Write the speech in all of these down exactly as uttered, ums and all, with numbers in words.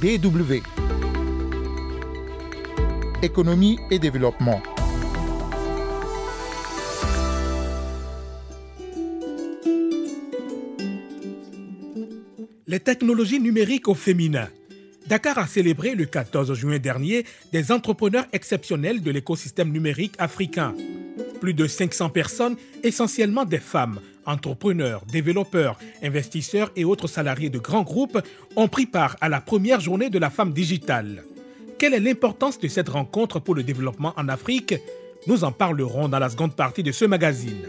B W. Économie et développement. Les technologies numériques au féminin. Dakar a célébré le quatorze juin dernier des entrepreneurs exceptionnels de l'écosystème numérique africain. Plus de cinq cents personnes, essentiellement des femmes, entrepreneurs, développeurs, investisseurs et autres salariés de grands groupes, ont pris part à la première journée de la femme digitale. Quelle est l'importance de cette rencontre pour le développement en Afrique? Nous en parlerons dans la seconde partie de ce magazine.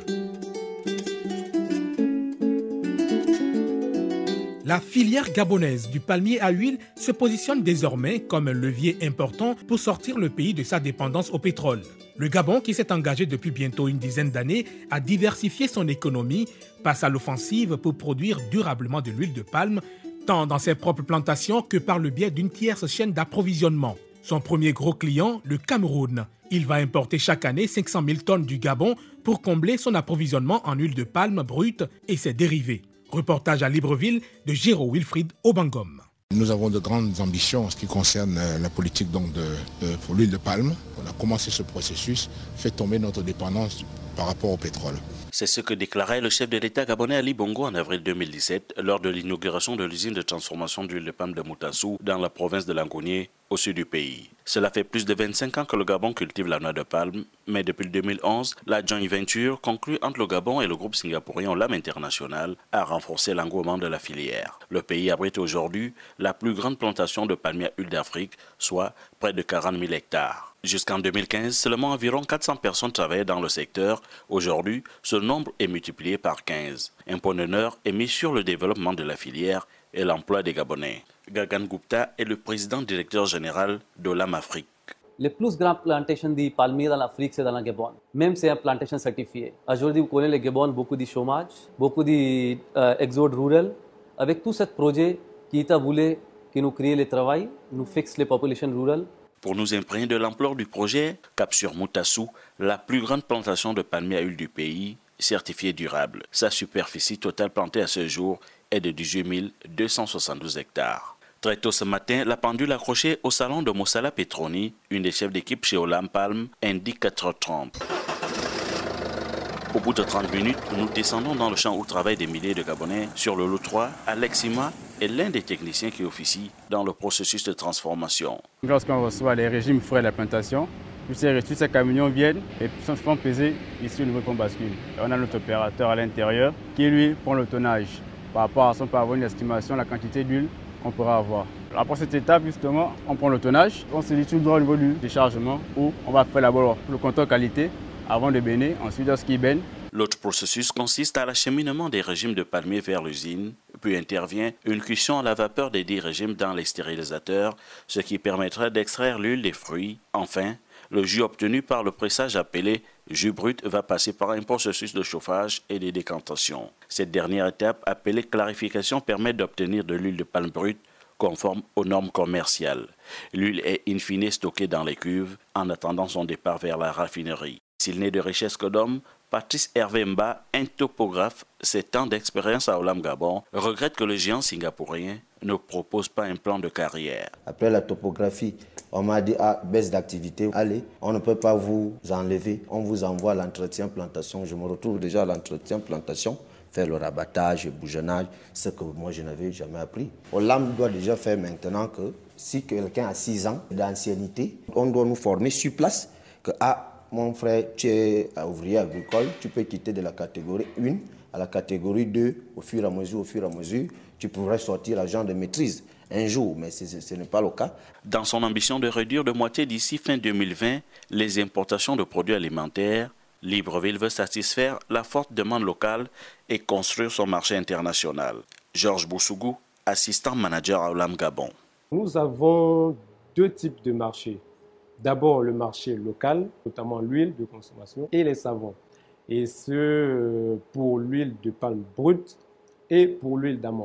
La filière gabonaise du palmier à huile se positionne désormais comme un levier important pour sortir le pays de sa dépendance au pétrole. Le Gabon, qui s'est engagé depuis bientôt une dizaine d'années à diversifier son économie, passe à l'offensive pour produire durablement de l'huile de palme, tant dans ses propres plantations que par le biais d'une tierce chaîne d'approvisionnement. Son premier gros client, le Cameroun. Il va importer chaque année cinq cent mille tonnes du Gabon pour combler son approvisionnement en huile de palme brute et ses dérivés. Reportage à Libreville de Géraud Wilfried Obangom. Nous avons de grandes ambitions en ce qui concerne la politique donc de, de, pour l'huile de palme. On a commencé ce processus, fait tomber notre dépendance par rapport au pétrole. C'est ce que déclarait le chef de l'État gabonais Ali Bongo en avril deux mille dix-sept lors de l'inauguration de l'usine de transformation d'huile de palme de Moutassou dans la province de Langounié, au sud du pays. Cela fait plus de vingt-cinq ans que le Gabon cultive la noix de palme, mais depuis deux mille onze, la joint venture conclue entre le Gabon et le groupe singapourien Olam International a renforcé l'engouement de la filière. Le pays abrite aujourd'hui la plus grande plantation de palmiers à huile d'Afrique, soit près de quarante mille hectares. Jusqu'en deux mille quinze, seulement environ quatre cents personnes travaillaient dans le secteur. Aujourd'hui, ce nombre est multiplié par quinze. Un point d'honneur est mis sur le développement de la filière et l'emploi des Gabonais. Gagan Gupta est le président directeur général d'Olam Afrique. Les plus grandes plantations de palmiers dans l'Afrique, c'est dans le Gabon. Même c'est une plantation certifiée. Aujourd'hui, vous connaissez le Gabon, beaucoup de chômage, beaucoup d'exode euh, rural. Avec tout ce projet qui a voulu que nous créions le travail, nous fixons les populations rurales. Pour nous imprégner de l'ampleur du projet, cap sur Moutassou, la plus grande plantation de palmiers à huile du pays, certifiée durable. Sa superficie totale plantée à ce jour est de dix-huit mille deux cent soixante-douze hectares. Très tôt ce matin, la pendule accrochée au salon de Moussala Petroni, une des chefs d'équipe chez Olam Palm, indique quatre heures trente. Au bout de trente minutes, nous descendons dans le champ où travaillent des milliers de Gabonais. Sur le lot trois, Alex Ima est l'un des techniciens qui officie dans le processus de transformation. Lorsqu'on reçoit les régimes frais de la plantation, tous ces, tous ces camions viennent et sont souvent pesés ici au niveau de bascule. Et on a notre opérateur à l'intérieur qui lui prend le tonnage. Par rapport à ça, on peut avoir une estimation de la quantité d'huile qu'on pourra avoir. Après cette étape, justement, on prend le tonnage, on se dit tout droit au niveau du déchargement où on va faire d'abord le contrôle qualité avant de bénir, ensuite lorsqu'il baigne. L'autre processus consiste à l'acheminement des régimes de palmiers vers l'usine, puis intervient une cuisson à la vapeur des dix régimes dans les stérilisateurs, ce qui permettra d'extraire l'huile des fruits. Enfin, le jus obtenu par le pressage appelé jus brut va passer par un processus de chauffage et de décantation. Cette dernière étape, appelée clarification, permet d'obtenir de l'huile de palme brute conforme aux normes commerciales. L'huile est in fine stockée dans les cuves en attendant son départ vers la raffinerie. S'il n'est de richesse que d'homme, Patrice Hervé Mba, un topographe, sept ans d'expérience à Olam Gabon, regrette que le géant singapourien ne propose pas un plan de carrière. Après la topographie, on m'a dit, ah, baisse d'activité, allez, on ne peut pas vous enlever, on vous envoie à l'entretien plantation. Je me retrouve déjà à l'entretien plantation, faire le rabattage, le bougonnage, ce que moi je n'avais jamais appris. Olam doit déjà faire maintenant que si quelqu'un a six ans d'ancienneté, on doit nous former sur place que, ah, mon frère, tu es ouvrier agricole, tu peux quitter de la catégorie un à la catégorie deux, au fur et à mesure, au fur et à mesure, tu pourrais sortir agent de maîtrise un jour, mais ce, ce n'est pas le cas. Dans son ambition de réduire de moitié d'ici fin deux mille vingt les importations de produits alimentaires, Libreville veut satisfaire la forte demande locale et construire son marché international. Georges Boussougou, assistant manager à Olam Gabon. Nous avons deux types de marchés. D'abord le marché local, notamment l'huile de consommation et les savons. Et ce pour l'huile de palme brute et pour l'huile d'amande.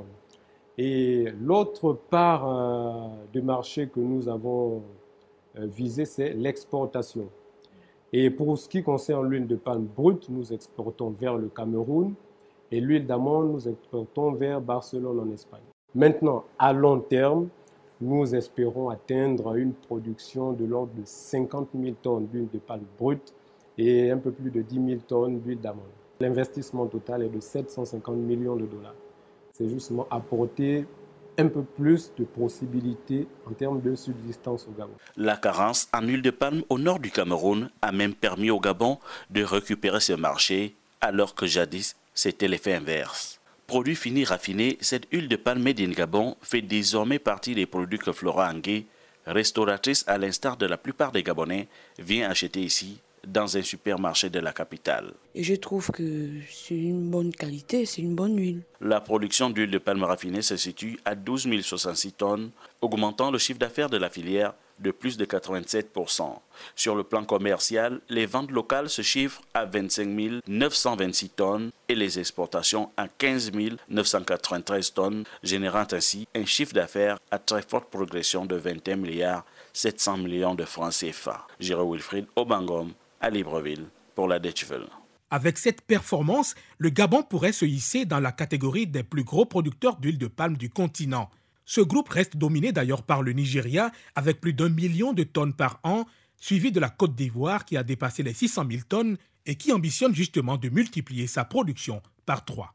Et l'autre part euh, de marché que nous avons euh, visé, c'est l'exportation. Et pour ce qui concerne l'huile de palme brute, nous exportons vers le Cameroun et l'huile d'amande, nous exportons vers Barcelone en Espagne. Maintenant, à long terme, Nous espérons atteindre une production de l'ordre de cinquante mille tonnes d'huile de palme brute et un peu plus de dix mille tonnes d'huile d'amande. L'investissement total est de sept cent cinquante millions de dollars. C'est justement apporter un peu plus de possibilités en termes de subsistance au Gabon. La carence en huile de palme au nord du Cameroun a même permis au Gabon de récupérer ce marché, alors que jadis, c'était l'effet inverse. Produit fini raffiné, cette huile de palme made in Gabon fait désormais partie des produits que Flora Angué, restauratrice à l'instar de la plupart des Gabonais, vient acheter ici, dans un supermarché de la capitale. Et je trouve que c'est une bonne qualité, c'est une bonne huile. La production d'huile de palme raffinée se situe à douze mille soixante-six tonnes, augmentant le chiffre d'affaires de la filière de plus de quatre-vingt-sept pour cent. Sur le plan commercial, les ventes locales se chiffrent à vingt-cinq mille neuf cent vingt-six tonnes et les exportations à quinze mille neuf cent quatre-vingt-treize tonnes, générant ainsi un chiffre d'affaires à très forte progression de vingt et un milliards sept cents millions de francs C F A. Jérôme Wilfried Obangom, à Libreville, pour la Deutsche Welle. Avec cette performance, le Gabon pourrait se hisser dans la catégorie des plus gros producteurs d'huile de palme du continent. Ce groupe reste dominé d'ailleurs par le Nigeria, avec plus d'un million de tonnes par an, suivi de la Côte d'Ivoire qui a dépassé les six cent mille tonnes et qui ambitionne justement de multiplier sa production par trois.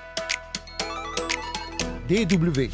D W.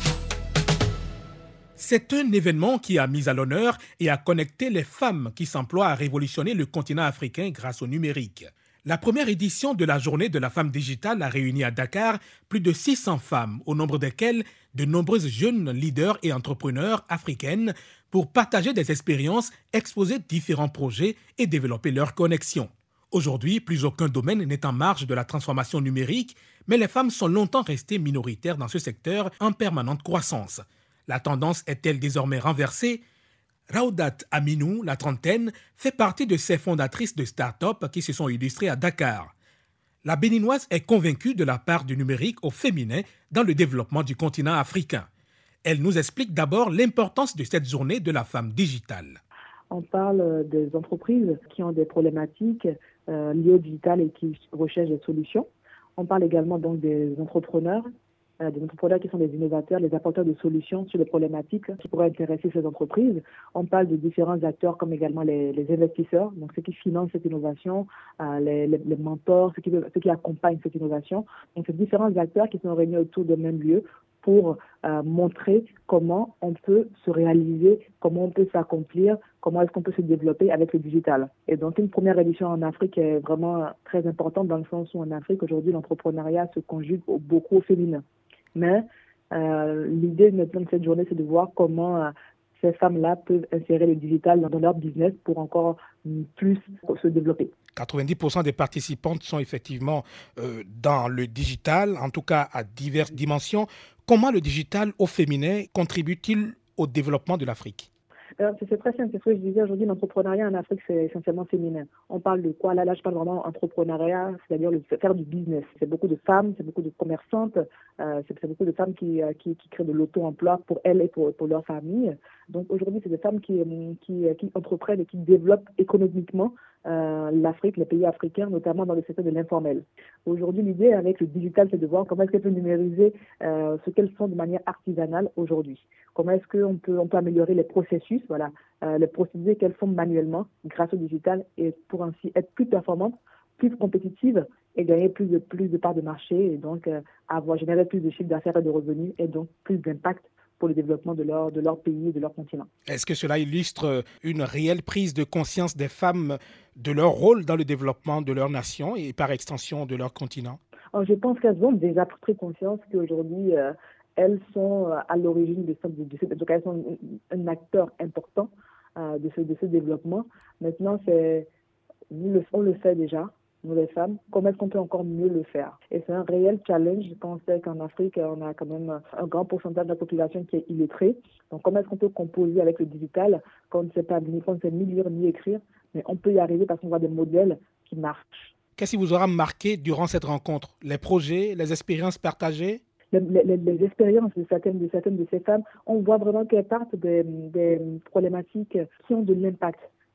C'est un événement qui a mis à l'honneur et a connecté les femmes qui s'emploient à révolutionner le continent africain grâce au numérique. La première édition de la Journée de la femme digitale a réuni à Dakar plus de six cents femmes, au nombre desquelles de nombreuses jeunes leaders et entrepreneurs africaines pour partager des expériences, exposer différents projets et développer leurs connexions. Aujourd'hui, plus aucun domaine n'est en marge de la transformation numérique, mais les femmes sont longtemps restées minoritaires dans ce secteur en permanente croissance. La tendance est-elle désormais renversée ? Raoudat Aminou, la trentaine, fait partie de ces fondatrices de start-up qui se sont illustrées à Dakar. La Béninoise est convaincue de la part du numérique au féminin dans le développement du continent africain. Elle nous explique d'abord l'importance de cette journée de la femme digitale. On parle des entreprises qui ont des problématiques euh, liées au digital et qui recherchent des solutions. On parle également donc des entrepreneurs, euh, des entrepreneurs qui sont des innovateurs, les apporteurs de solutions sur les problématiques qui pourraient intéresser ces entreprises. On parle de différents acteurs comme également les, les investisseurs, donc ceux qui financent cette innovation, euh, les, les, les mentors, ceux qui, ceux qui accompagnent cette innovation. Donc c'est différents acteurs qui sont réunis autour d'un même lieu pour euh, montrer comment on peut se réaliser, comment on peut s'accomplir, comment est-ce qu'on peut se développer avec le digital. Et donc une première édition en Afrique est vraiment très importante dans le sens où en Afrique aujourd'hui l'entrepreneuriat se conjugue beaucoup au féminin. Mais euh, l'idée maintenant de cette journée c'est de voir comment euh, ces femmes-là peuvent insérer le digital dans leur business pour encore plus se développer. quatre-vingt-dix pour cent des participantes sont effectivement euh, dans le digital, en tout cas à diverses dimensions. Comment le digital au féminin contribue-t-il au développement de l'Afrique ? Alors, c'est très simple, c'est ce que je disais aujourd'hui, l'entrepreneuriat en Afrique, c'est essentiellement féminin. On parle de quoi ? Là, là, je parle vraiment entrepreneuriat, c'est-à-dire le, faire du business. C'est beaucoup de femmes, c'est beaucoup de commerçantes, euh, c'est, c'est beaucoup de femmes qui, euh, qui, qui créent de l'auto-emploi pour elles et pour, pour leur famille. Donc aujourd'hui, c'est des femmes qui, qui, qui entreprennent et qui développent économiquement euh, l'Afrique, les pays africains, notamment dans le secteur de l'informel. Aujourd'hui, l'idée avec le digital, c'est de voir comment est-ce qu'elles peuvent numériser euh, ce qu'elles font de manière artisanale aujourd'hui. Comment est-ce qu'on peut, on peut améliorer les processus, voilà, euh, les procédés qu'elles font manuellement grâce au digital et pour ainsi être plus performantes, plus compétitives et gagner plus de, plus de parts de marché et donc euh, avoir généré plus de chiffre d'affaires et de revenus et donc plus d'impact pour le développement de leur, de leur pays et de leur continent. Est-ce que cela illustre une réelle prise de conscience des femmes de leur rôle dans le développement de leur nation et par extension de leur continent ? Alors, je pense qu'elles ont déjà pris conscience qu'aujourd'hui, euh, elles sont à l'origine de, de, de, de, donc elles sont un, un acteur important euh, de, ce, de ce développement. Maintenant, c'est, nous le, on le fait déjà. Nous les femmes, comment est-ce qu'on peut encore mieux le faire ? Et c'est un réel challenge. Je pense qu'en Afrique, on a quand même un grand pourcentage de la population qui est illettrée. Donc comment est-ce qu'on peut composer avec le digital quand on ne sait pas ni, quand on ne sait ni lire ni écrire, mais on peut y arriver parce qu'on voit des modèles qui marchent. Qu'est-ce qui vous aura marqué durant cette rencontre ? Les projets, les expériences partagées ? Les, les, les expériences de certaines, de certaines de ces femmes, on voit vraiment qu'elles partent des, des problématiques qui ont de l'impact.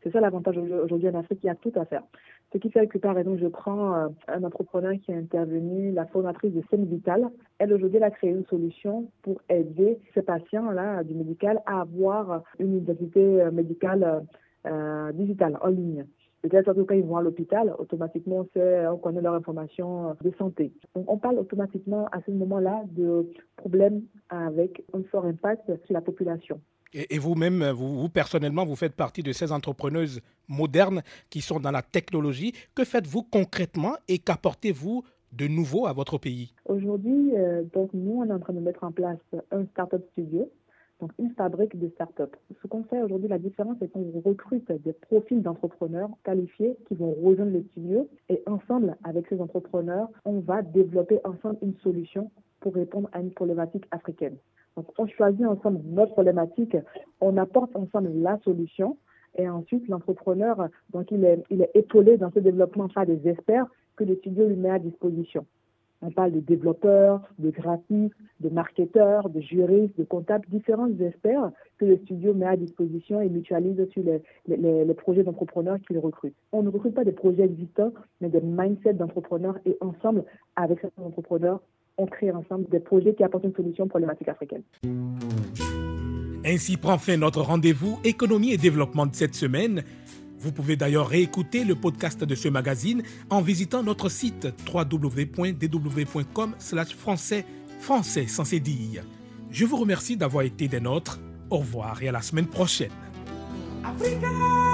C'est ça l'avantage aujourd'hui en Afrique, il y a tout à faire. Ce qui fait que, par exemple, je prends euh, un entrepreneur qui est intervenu, la fondatrice de Scène Vitale. Elle, aujourd'hui, elle a créé une solution pour aider ces patients-là du médical à avoir une identité médicale euh, digitale, en ligne. De telle sorte que quand ils vont à l'hôpital, automatiquement, on, sait, on connaît leur information de santé. Donc, on parle automatiquement à ce moment-là de problèmes avec un fort impact sur la population. Et vous-même, vous, vous personnellement, vous faites partie de ces entrepreneuses modernes qui sont dans la technologie. Que faites-vous concrètement et qu'apportez-vous de nouveau à votre pays? Aujourd'hui, euh, donc nous, on est en train de mettre en place un Startup Studio, donc une fabrique de start-up. Ce qu'on fait aujourd'hui, la différence, c'est qu'on recrute des profils d'entrepreneurs qualifiés qui vont rejoindre le studio et ensemble, avec ces entrepreneurs, on va développer ensemble une solution pour répondre à une problématique africaine. Donc, on choisit ensemble notre problématique, on apporte ensemble la solution et ensuite l'entrepreneur, donc il est, il est épaulé dans ce développement par des experts que le studio lui met à disposition. On parle de développeurs, de graphistes, de marketeurs, de juristes, de comptables, différents experts que le studio met à disposition et mutualise sur les, les, les projets d'entrepreneurs qu'il recrute. On ne recrute pas des projets existants, mais des mindsets d'entrepreneurs et ensemble, avec ces entrepreneurs, on crée ensemble des projets qui apportent une solution problématique africaine. Ainsi prend fin notre rendez-vous économie et développement de cette semaine. Vous pouvez d'ailleurs réécouter le podcast de ce magazine en visitant notre site w w w point d w point com slash français, français sans cédille. Je vous remercie d'avoir été des nôtres. Au revoir et à la semaine prochaine. Africa!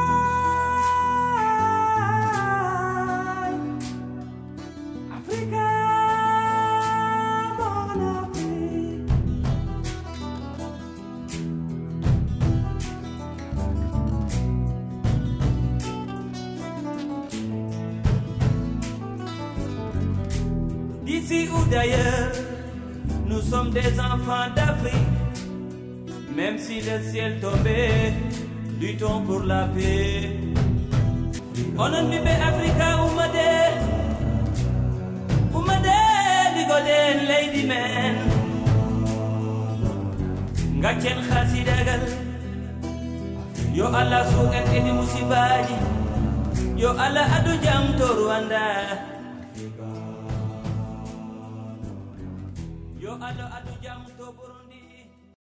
D'ici ou d'ailleurs, nous sommes des enfants d'Afrique. Même si le ciel tombait, luttons pour la paix. Onon bibe Africa umade, umade ligoden lady man. Ngachen khasidagal, yo Allah su en edi musibaji, yo Allah adu jam to Rwanda. Yo ado ado jam to Burundi.